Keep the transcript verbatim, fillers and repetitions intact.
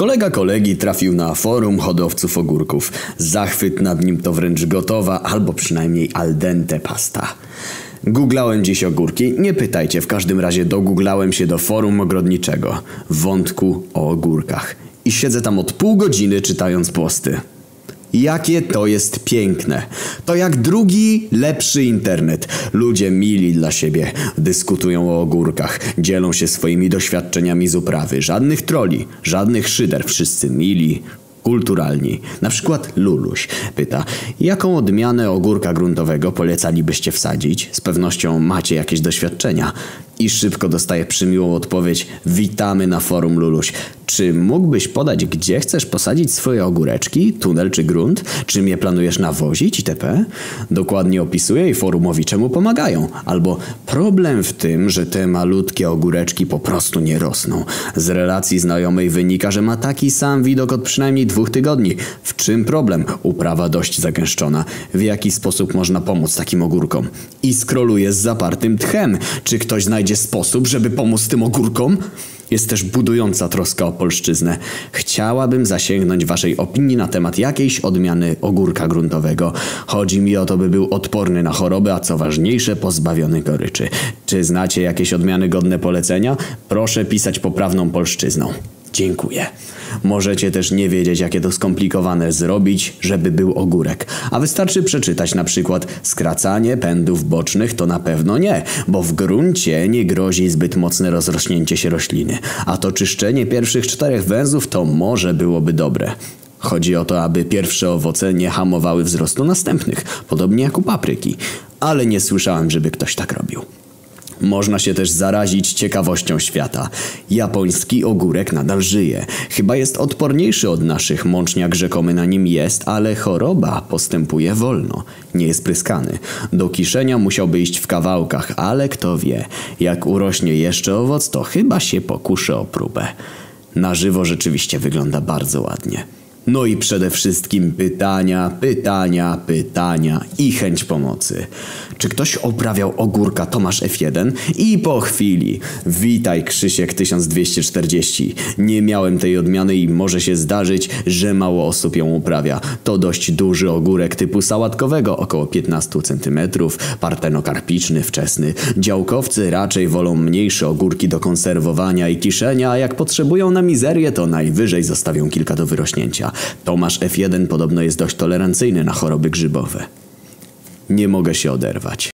Kolega kolegi trafił na forum hodowców ogórków. Zachwyt nad nim to wręcz gotowa, albo przynajmniej al dente pasta. Googlałem dziś ogórki. Nie pytajcie, w każdym razie dogooglałem się do forum ogrodniczego. Wątku o ogórkach. I siedzę tam od pół godziny czytając posty. Jakie to jest piękne. To jak drugi, lepszy internet. Ludzie mili dla siebie. Dyskutują o ogórkach. Dzielą się swoimi doświadczeniami z uprawy. Żadnych troli, żadnych szyder. Wszyscy mili, kulturalni. Na przykład Luluś pyta, jaką odmianę ogórka gruntowego polecalibyście wsadzić? Z pewnością macie jakieś doświadczenia. I szybko dostaje przymiłą odpowiedź, witamy na forum Luluś. Czy mógłbyś podać, gdzie chcesz posadzić swoje ogóreczki? Tunel czy grunt? Czym je planujesz nawozić itp? Dokładnie opisuje i forumowi czemu pomagają. Albo problem w tym, że te malutkie ogóreczki po prostu nie rosną. Z relacji znajomej wynika, że ma taki sam widok od przynajmniej dwóch tygodni. W czym problem? Uprawa dość zagęszczona. W jaki sposób można pomóc takim ogórkom? I skroluje z zapartym tchem. Czy ktoś znajdzie sposób, żeby pomóc tym ogórkom? Jest też budująca troska o polszczyznę. Chciałabym zasięgnąć waszej opinii na temat jakiejś odmiany ogórka gruntowego. Chodzi mi o to, by był odporny na choroby, a co ważniejsze, pozbawiony goryczy. Czy znacie jakieś odmiany godne polecenia? Proszę pisać poprawną polszczyzną. Dziękuję. Możecie też nie wiedzieć, jakie to skomplikowane zrobić, żeby był ogórek. A wystarczy przeczytać na przykład skracanie pędów bocznych to na pewno nie, bo w gruncie nie grozi zbyt mocne rozrośnięcie się rośliny. A to czyszczenie pierwszych czterech węzłów to może byłoby dobre. Chodzi o to, aby pierwsze owoce nie hamowały wzrostu następnych, podobnie jak u papryki. Ale nie słyszałem, żeby ktoś tak robił. Można się też zarazić ciekawością świata. Japoński ogórek nadal żyje. Chyba jest odporniejszy od naszych, mączniak rzekomy na nim jest, ale choroba postępuje wolno. Nie jest pryskany. Do kiszenia musiałby iść w kawałkach, ale kto wie. Jak urośnie jeszcze owoc, to chyba się pokuszę o próbę. Na żywo rzeczywiście wygląda bardzo ładnie. No i przede wszystkim pytania, pytania, pytania i chęć pomocy. Czy ktoś uprawiał ogórka Tomasz F jeden? I po chwili. Witaj Krzysiek tysiąc dwieście czterdzieści. Nie miałem tej odmiany i może się zdarzyć, że mało osób ją uprawia. To dość duży ogórek typu sałatkowego, około piętnaście centymetrów, partenokarpiczny, wczesny. Działkowcy raczej wolą mniejsze ogórki do konserwowania i kiszenia, a jak potrzebują na mizerię, to najwyżej zostawią kilka do wyrośnięcia. Tomasz F jeden podobno jest dość tolerancyjny na choroby grzybowe. Nie mogę się oderwać.